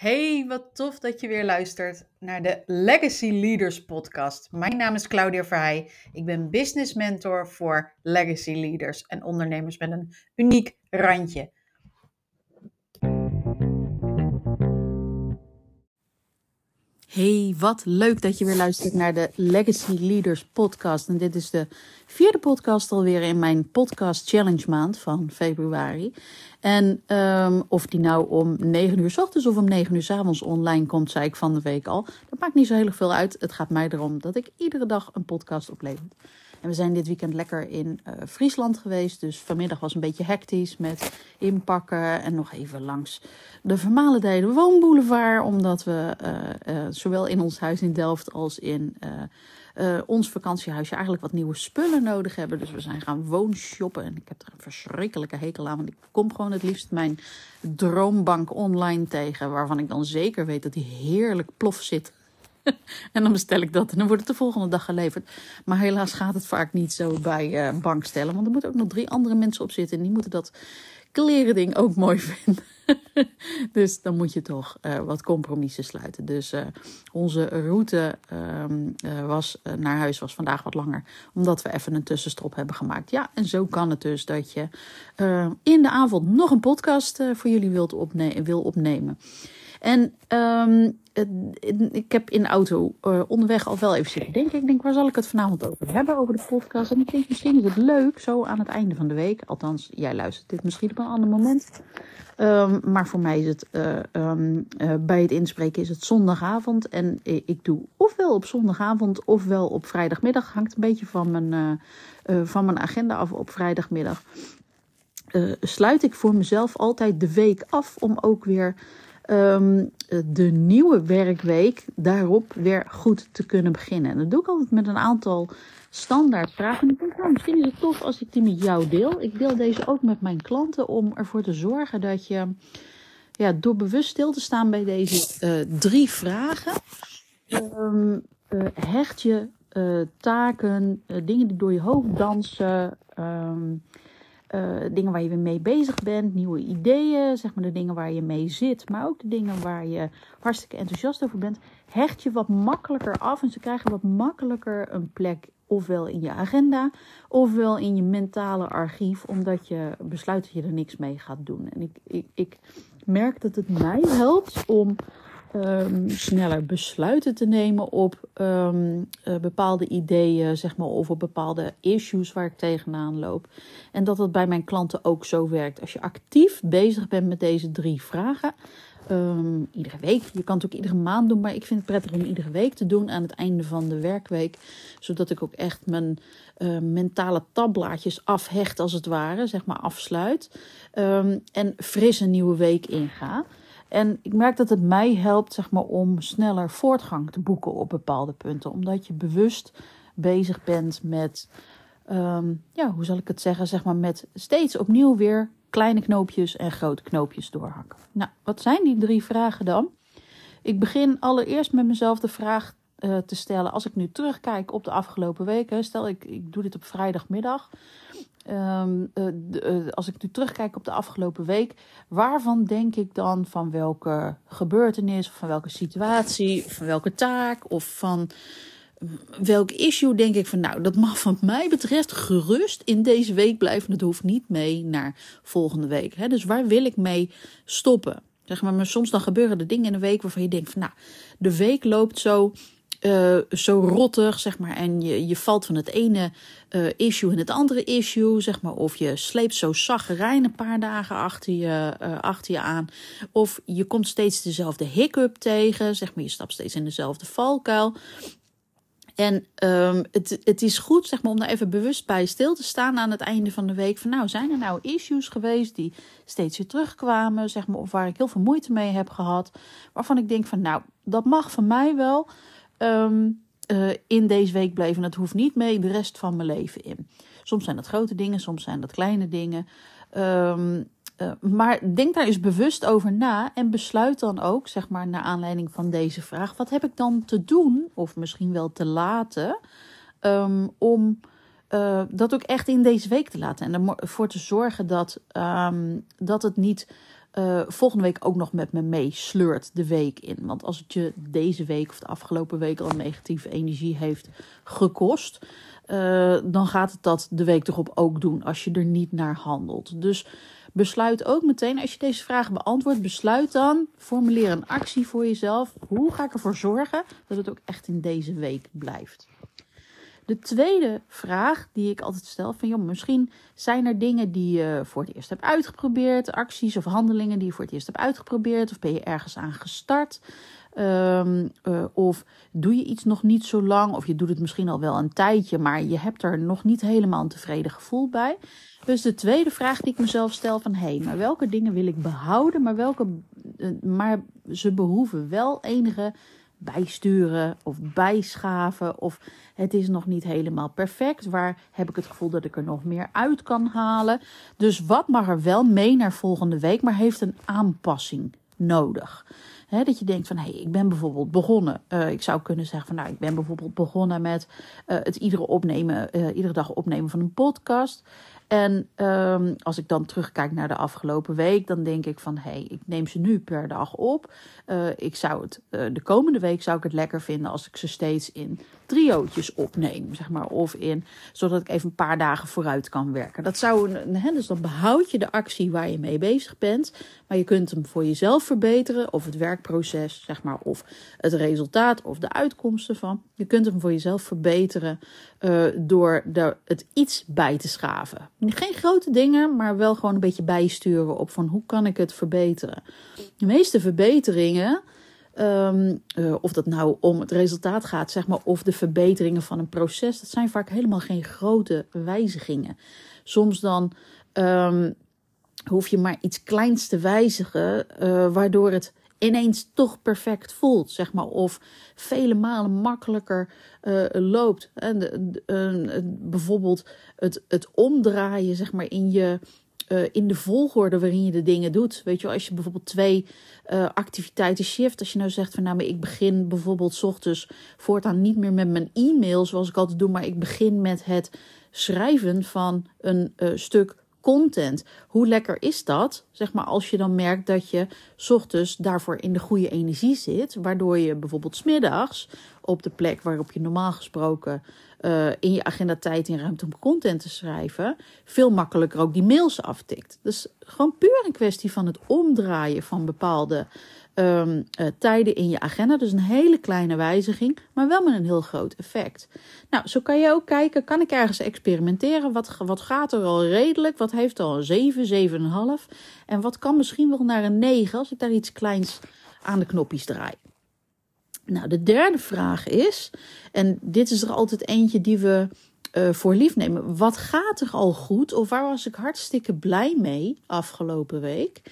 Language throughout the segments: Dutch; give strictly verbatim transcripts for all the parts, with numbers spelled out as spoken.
Hey, wat tof dat je weer luistert naar de Legacy Leaders podcast. Mijn naam is Claudia Verheij. Ik ben business mentor voor Legacy Leaders en ondernemers met een uniek randje. Hey, wat leuk dat je weer luistert naar de Legacy Leaders podcast. En dit is de vierde podcast alweer in mijn podcast challenge maand van februari. En um, of die nou om negen uur 's ochtends of om negen uur 's avonds online komt, zei ik van de week al. Dat maakt niet zo heel erg veel uit. Het gaat mij erom dat ik iedere dag een podcast oplever. En we zijn dit weekend lekker in uh, Friesland geweest. Dus vanmiddag was een beetje hectisch met inpakken en nog even langs de Vermalendijde Woonboulevard. Omdat we uh, uh, zowel in ons huis in Delft als in uh, uh, ons vakantiehuisje eigenlijk wat nieuwe spullen nodig hebben. Dus we zijn gaan woonshoppen en ik heb er een verschrikkelijke hekel aan. Want ik kom gewoon het liefst mijn droombank online tegen. Waarvan ik dan zeker weet dat die heerlijk plof zit. En dan bestel ik dat en dan wordt het de volgende dag geleverd. Maar helaas gaat het vaak niet zo bij uh, bankstellen. Want er moeten ook nog drie andere mensen op zitten. En die moeten dat klerending ook mooi vinden. Dus dan moet je toch uh, wat compromissen sluiten. Dus uh, onze route um, uh, was, uh, naar huis was vandaag wat langer. Omdat we even een tussenstop hebben gemaakt. Ja, en zo kan het dus dat je uh, in de avond nog een podcast uh, voor jullie wilt opne- wil opnemen. En um, ik heb in de auto uh, onderweg al wel even zitten denken. Ik denk, waar zal ik het vanavond over hebben, over de podcast? En ik denk, misschien is het leuk, zo aan het einde van de week. Althans, jij luistert dit misschien op een ander moment. Um, maar voor mij is het, uh, um, uh, bij het inspreken is het zondagavond. En ik doe ofwel op zondagavond, ofwel op vrijdagmiddag. Hangt een beetje van mijn, uh, uh, van mijn agenda af op vrijdagmiddag. Uh, sluit ik voor mezelf altijd de week af om ook weer Um, de nieuwe werkweek daarop weer goed te kunnen beginnen. En dat doe ik altijd met een aantal standaard vragen. En ik denk, nou, misschien is het tof als ik die met jou deel. Ik deel deze ook met mijn klanten om ervoor te zorgen dat je, ja, door bewust stil te staan bij deze uh, drie vragen, um, uh, hecht je uh, taken, uh, dingen die door je hoofd dansen, um, Uh, dingen waar je mee bezig bent, nieuwe ideeën, zeg maar de dingen waar je mee zit, maar ook de dingen waar je hartstikke enthousiast over bent, hecht je wat makkelijker af en ze krijgen wat makkelijker een plek, ofwel in je agenda, ofwel in je mentale archief, omdat je besluit dat je er niks mee gaat doen. En ik, ik, ik merk dat het mij helpt om Um, sneller besluiten te nemen op um, uh, bepaalde ideeën, zeg maar, of op bepaalde issues waar ik tegenaan loop. En dat dat bij mijn klanten ook zo werkt. Als je actief bezig bent met deze drie vragen, um, iedere week, je kan het ook iedere maand doen, maar ik vind het prettig om iedere week te doen aan het einde van de werkweek, zodat ik ook echt mijn uh, mentale tabblaadjes afhecht, als het ware, zeg maar afsluit, um, en fris een nieuwe week inga. En ik merk dat het mij helpt, zeg maar, om sneller voortgang te boeken op bepaalde punten. Omdat je bewust bezig bent met, um, ja, hoe zal ik het zeggen, zeg maar, met steeds opnieuw weer kleine knoopjes en grote knoopjes doorhakken. Nou, wat zijn die drie vragen dan? Ik begin allereerst met mezelf de vraag uh, te stellen, als ik nu terugkijk op de afgelopen weken, stel ik, ik doe dit op vrijdagmiddag. Um, uh, uh, als ik nu terugkijk op de afgelopen week, waarvan denk ik dan van welke gebeurtenis, of van welke situatie, of van welke taak, of van welk issue denk ik van, nou, dat mag van mij betreft gerust in deze week blijven. Dat hoeft niet mee naar volgende week. Hè? Dus waar wil ik mee stoppen? Zeg maar, maar soms dan gebeuren er dingen in een week waarvan je denkt van, nou, de week loopt zo Uh, zo rottig, zeg maar, en je, je valt van het ene uh, issue in het andere issue, zeg maar, of je sleept zo chaggerijn een paar dagen achter je, uh, achter je aan, of je komt steeds dezelfde hiccup tegen, zeg maar, je stapt steeds in dezelfde valkuil. En um, het, het is goed, zeg maar, om daar even bewust bij stil te staan aan het einde van de week. Van, nou, zijn er nou issues geweest die steeds weer terugkwamen, zeg maar, of waar ik heel veel moeite mee heb gehad, waarvan ik denk van, nou, dat mag van mij wel Um, uh, in deze week blijven. Dat hoeft niet mee de rest van mijn leven in. Soms zijn dat grote dingen, soms zijn dat kleine dingen. Um, uh, maar denk daar eens bewust over na en besluit dan ook, zeg maar, naar aanleiding van deze vraag, wat heb ik dan te doen, of misschien wel te laten, um, om uh, dat ook echt in deze week te laten. En ervoor te zorgen dat, um, dat het niet uh, volgende week ook nog met me mee sleurt de week in. Want als het je deze week of de afgelopen week al negatieve energie heeft gekost, uh, dan gaat het dat de week erop ook doen als je er niet naar handelt. Dus besluit ook meteen, als je deze vraag beantwoordt, besluit dan, formuleer een actie voor jezelf. Hoe ga ik ervoor zorgen dat het ook echt in deze week blijft? De tweede vraag die ik altijd stel, van joh, misschien zijn er dingen die je voor het eerst hebt uitgeprobeerd, acties of handelingen die je voor het eerst hebt uitgeprobeerd, of ben je ergens aan gestart, um, uh, of doe je iets nog niet zo lang, of je doet het misschien al wel een tijdje, maar je hebt er nog niet helemaal een tevreden gevoel bij. Dus de tweede vraag die ik mezelf stel van, hé, hey, maar welke dingen wil ik behouden, maar welke, uh, maar ze behoeven wel enige bijsturen of bijschaven, of het is nog niet helemaal perfect. Waar heb ik het gevoel dat ik er nog meer uit kan halen? Dus wat mag er wel mee naar volgende week, maar heeft een aanpassing nodig? He, dat je denkt van, hé, hey, ik ben bijvoorbeeld begonnen. Uh, ik zou kunnen zeggen van, nou, ik ben bijvoorbeeld begonnen met uh, het iedere, opnemen, uh, iedere dag opnemen van een podcast. En um, als ik dan terugkijk naar de afgelopen week, dan denk ik van, hé, hey, ik neem ze nu per dag op. Uh, ik zou het, uh, de komende week zou ik het lekker vinden als ik ze steeds in triootjes opneem, zeg maar. Of in, zodat ik even een paar dagen vooruit kan werken. Dat zou een, hè, dus dan behoud je de actie waar je mee bezig bent. Maar je kunt hem voor jezelf verbeteren, of het werkproces, zeg maar, of het resultaat, of de uitkomsten van. Je kunt hem voor jezelf verbeteren uh, door er het iets bij te schaven. Geen grote dingen, maar wel gewoon een beetje bijsturen op van hoe kan ik het verbeteren. De meeste verbeteringen, um, uh, of dat nou om het resultaat gaat, zeg maar, of de verbeteringen van een proces, dat zijn vaak helemaal geen grote wijzigingen. Soms dan um, hoef je maar iets kleins te wijzigen, uh, waardoor het ineens toch perfect voelt, zeg maar, of vele malen makkelijker uh, loopt. En de, de, uh, bijvoorbeeld het, het omdraaien, zeg maar, in je uh, in de volgorde waarin je de dingen doet. Weet je wel, als je bijvoorbeeld twee uh, activiteiten shift, als je nou zegt van, nou, maar ik begin bijvoorbeeld 's ochtends voortaan niet meer met mijn e-mail zoals ik altijd doe, maar ik begin met het schrijven van een uh, stuk content. Hoe lekker is dat? Zeg maar, als je dan merkt dat je 's ochtends daarvoor in de goede energie zit, waardoor je bijvoorbeeld 's middags op de plek waarop je normaal gesproken uh, in je agenda tijd en ruimte om content te schrijven, veel makkelijker ook die mails aftikt. Dus gewoon puur een kwestie van het omdraaien van bepaalde Um, uh, tijden in je agenda. Dus een hele kleine wijziging, maar wel met een heel groot effect. Nou, zo kan je ook kijken, kan ik ergens experimenteren? Wat, wat gaat er al redelijk? Wat heeft al een zeven, zeven komma vijf? En wat kan misschien wel naar een negen als ik daar iets kleins aan de knopjes draai? Nou, de derde vraag is, en dit is er altijd eentje die we uh, voor lief nemen. Wat gaat er al goed? Of waar was ik hartstikke blij mee afgelopen week?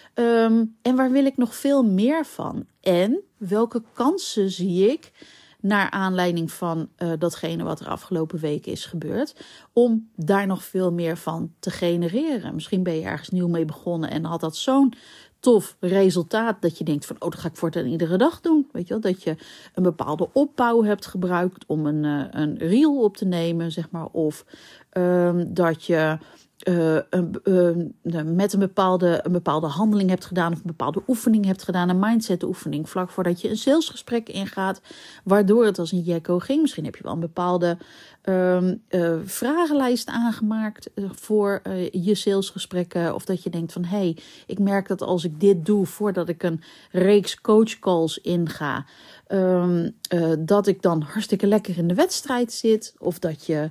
Um, en waar wil ik nog veel meer van? En welke kansen zie ik naar aanleiding van uh, datgene wat er afgelopen weken is gebeurd, om daar nog veel meer van te genereren? Misschien ben je ergens nieuw mee begonnen en had dat zo'n tof resultaat dat je denkt van, oh, dat ga ik voortaan iedere dag doen. Weet je wel, dat je een bepaalde opbouw hebt gebruikt om een, uh, een reel op te nemen, zeg maar, of um, dat je Uh, een, uh, met een bepaalde, een bepaalde handeling hebt gedaan of een bepaalde oefening hebt gedaan, een mindset oefening, vlak voordat je een salesgesprek ingaat, waardoor het als een jekko ging. Misschien heb je wel een bepaalde uh, uh, vragenlijst aangemaakt uh, voor uh, je salesgesprekken, of dat je denkt van, hé, hey, ik merk dat als ik dit doe voordat ik een reeks coachcalls inga, uh, uh, dat ik dan hartstikke lekker in de wedstrijd zit, of dat je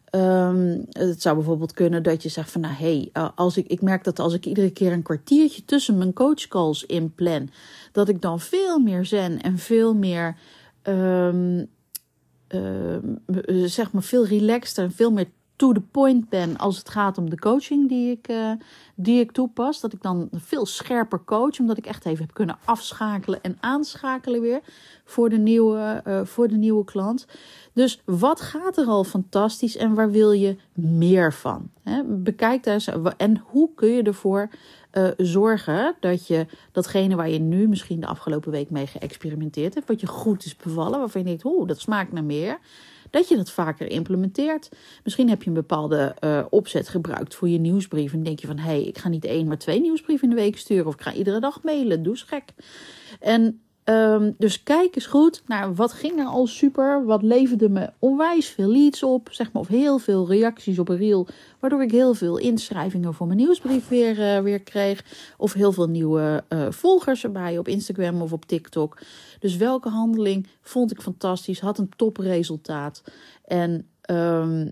Um, het zou bijvoorbeeld kunnen dat je zegt van, nou, hé, hey, als ik, ik merk dat als ik iedere keer een kwartiertje tussen mijn coachcalls inplan, dat ik dan veel meer zen en veel meer, um, um, zeg maar, veel relaxter en veel meer to the point ben als het gaat om de coaching die ik, uh, die ik toepas. Dat ik dan veel scherper coach, omdat ik echt even heb kunnen afschakelen en aanschakelen weer voor de nieuwe, uh, voor de nieuwe klant. Dus wat gaat er al fantastisch en waar wil je meer van? He, bekijk daar eens, en hoe kun je ervoor uh, zorgen dat je datgene waar je nu misschien de afgelopen week mee geëxperimenteerd hebt, wat je goed is bevallen, waarvan je denkt, oeh, dat smaakt naar meer, dat je dat vaker implementeert. Misschien heb je een bepaalde uh, opzet gebruikt voor je nieuwsbrief. En denk je van, hé, hey, ik ga niet één, maar twee nieuwsbrieven in de week sturen. Of ik ga iedere dag mailen, doe eens gek. En um, dus kijk eens goed naar wat ging er al super. Wat leverde me onwijs veel leads op. Zeg maar, of heel veel reacties op een reel. Waardoor ik heel veel inschrijvingen voor mijn nieuwsbrief weer, uh, weer kreeg. Of heel veel nieuwe uh, volgers erbij op Instagram of op TikTok. Dus welke handeling vond ik fantastisch. Had een topresultaat. En um,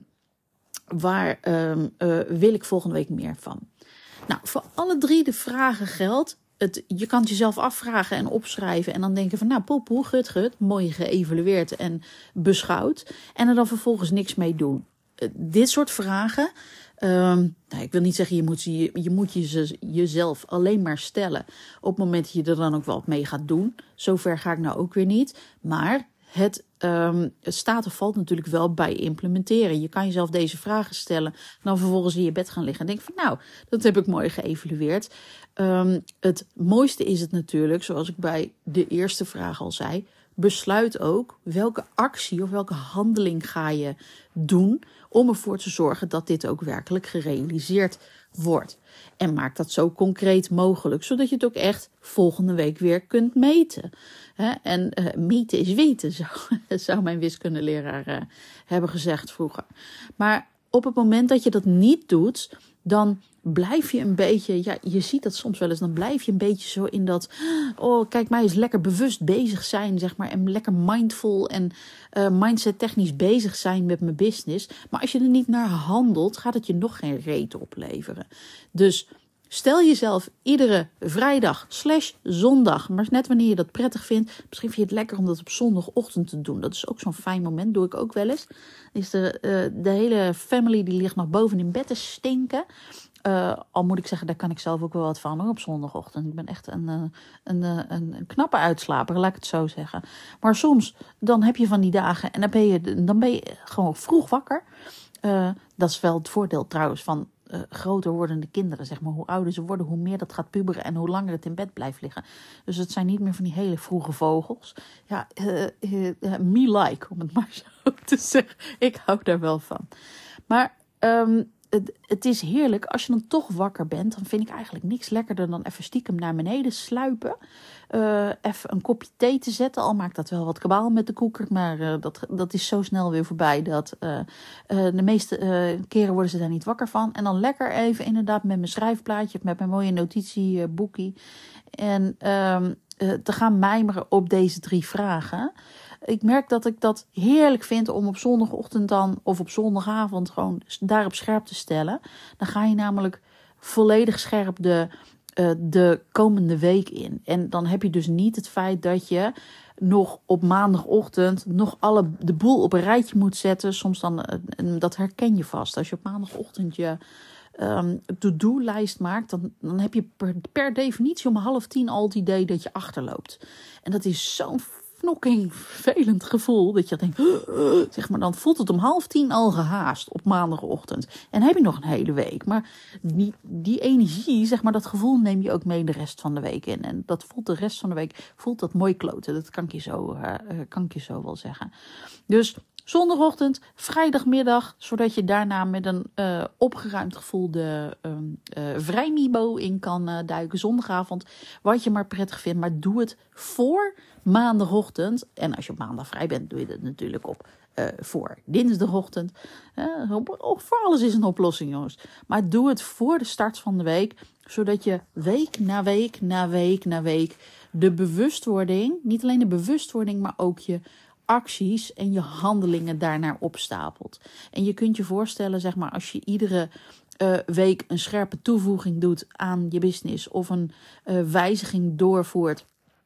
waar um, uh, wil ik volgende week meer van? Nou, voor alle drie de vragen geldt. Het, je kan het jezelf afvragen en opschrijven. En dan denken van, nou, poepoe, gut, gut. Mooi geëvalueerd en beschouwd. En er dan vervolgens niks mee doen. Uh, dit soort vragen. Um, nou, ik wil niet zeggen, je moet, je, je moet je, jezelf alleen maar stellen. Op het moment dat je er dan ook wel mee gaat doen. Zover ga ik nou ook weer niet. Maar het, um, het staat of valt natuurlijk wel bij implementeren. Je kan jezelf deze vragen stellen. Dan vervolgens in je bed gaan liggen. En denk van, nou, dat heb ik mooi geëvalueerd. Um, het mooiste is het natuurlijk, zoals ik bij de eerste vraag al zei. Besluit ook welke actie of welke handeling ga je doen om ervoor te zorgen dat dit ook werkelijk gerealiseerd wordt. En maak dat zo concreet mogelijk, zodat je het ook echt volgende week weer kunt meten. He, en uh, meten is weten, zou, zou mijn wiskundeleraar uh, hebben gezegd vroeger. Maar op het moment dat je dat niet doet, dan blijf je een beetje, ja, je ziet dat soms wel eens, dan blijf je een beetje zo in dat, oh, kijk mij eens lekker bewust bezig zijn, zeg maar, en lekker mindful en uh, mindset technisch bezig zijn met mijn business. Maar als je er niet naar handelt, gaat het je nog geen reet opleveren. Dus stel jezelf iedere vrijdag slash zondag, maar net wanneer je dat prettig vindt. Misschien vind je het lekker om dat op zondagochtend te doen. Dat is ook zo'n fijn moment, doe ik ook wel eens. Is de, uh, de hele family die ligt nog boven in bed te stinken. Uh, al moet ik zeggen, daar kan ik zelf ook wel wat van hoor, op zondagochtend. Ik ben echt een, een, een, een knappe uitslaper, laat ik het zo zeggen. Maar soms, dan heb je van die dagen en dan ben je, dan ben je gewoon vroeg wakker. Uh, dat is wel het voordeel trouwens van uh, groter wordende kinderen. Zeg maar. Hoe ouder ze worden, hoe meer dat gaat puberen en hoe langer het in bed blijft liggen. Dus het zijn niet meer van die hele vroege vogels. Ja, uh, uh, uh, me like, om het maar zo te zeggen. Ik hou daar wel van. Maar Um, Het, het is heerlijk, als je dan toch wakker bent, dan vind ik eigenlijk niks lekkerder dan even stiekem naar beneden sluipen. Uh, even een kopje thee te zetten, al maakt dat wel wat kabaal met de koeker, maar uh, dat, dat is zo snel weer voorbij. Dat uh, uh, de meeste uh, keren worden ze daar niet wakker van. En dan lekker even inderdaad met mijn schrijfplaatje, met mijn mooie notitieboekie. En uh, uh, te gaan mijmeren op deze drie vragen. Ik merk dat ik dat heerlijk vind om op zondagochtend dan of op zondagavond gewoon daarop scherp te stellen. Dan ga je namelijk volledig scherp de, uh, de komende week in. En dan heb je dus niet het feit dat je nog op maandagochtend nog alle de boel op een rijtje moet zetten. Soms dan, uh, dat herken je vast. Als je op maandagochtend je um, to-do-lijst maakt, dan, dan heb je per, per definitie om half tien al het idee dat je achterloopt. En dat is zo'n knokking vervelend gevoel, dat je denkt, zeg maar, dan voelt het om half tien al gehaast op maandagochtend. En heb je nog een hele week. Maar die, die energie, zeg maar, dat gevoel neem je ook mee de rest van de week in. En dat voelt de rest van de week, voelt dat mooi kloten. Dat kan ik je zo, uh, kan ik je zo wel zeggen. Dus zondagochtend, vrijdagmiddag, zodat je daarna met een uh, opgeruimd gevoel de uh, uh, vrijmibo in kan uh, duiken. Zondagavond, wat je maar prettig vindt, maar doe het voor maandagochtend. En als je op maandag vrij bent, doe je dat natuurlijk op uh, voor dinsdagochtend. Uh, op, voor alles is een oplossing, jongens. Maar doe het voor de start van de week, zodat je week na week na week na week de bewustwording, niet alleen de bewustwording, maar ook je acties en je handelingen daarnaar opstapelt. En je kunt je voorstellen, zeg maar, als je iedere uh, week een scherpe toevoeging doet aan je business of een uh, wijziging doorvoert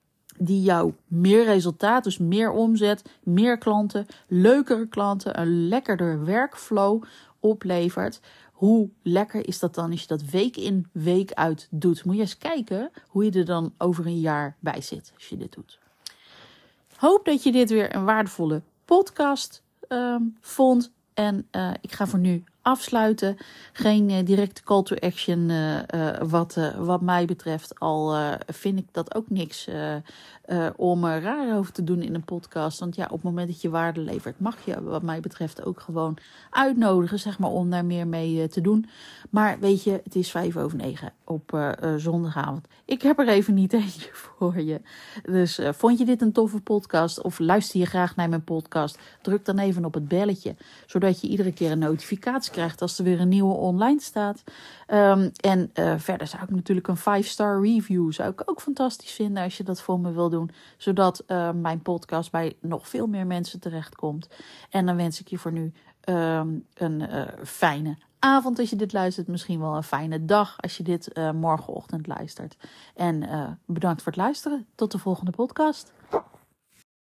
die jou meer resultaat, dus meer omzet, meer klanten, leukere klanten, een lekkerder workflow oplevert. Hoe lekker is dat dan als je dat week in, week uit doet? Moet je eens kijken hoe je er dan over een jaar bij zit als je dit doet. Hoop dat je dit weer een waardevolle podcast um, vond. En uh, ik ga voor nu afsluiten. Geen uh, directe call to action uh, uh, wat, uh, wat mij betreft. Al uh, vind ik dat ook niks uh, uh, om er raar over te doen in een podcast. Want ja, op het moment dat je waarde levert, mag je wat mij betreft ook gewoon uitnodigen, zeg maar, om daar meer mee uh, te doen. Maar weet je, het is vijf over negen op uh, uh, zondagavond. Ik heb er even niet eentje voor je. Dus uh, vond je dit een toffe podcast of luister je graag naar mijn podcast? Druk dan even op het belletje, zodat je iedere keer een notificatie krijgt als er weer een nieuwe online staat. Um, en uh, verder zou ik natuurlijk een vijf star review zou ik ook fantastisch vinden als je dat voor me wil doen, zodat uh, mijn podcast bij nog veel meer mensen terechtkomt. En dan wens ik je voor nu um, een uh, fijne avond als je dit luistert, misschien wel een fijne dag als je dit uh, morgenochtend luistert. En uh, bedankt voor het luisteren. Tot de volgende podcast.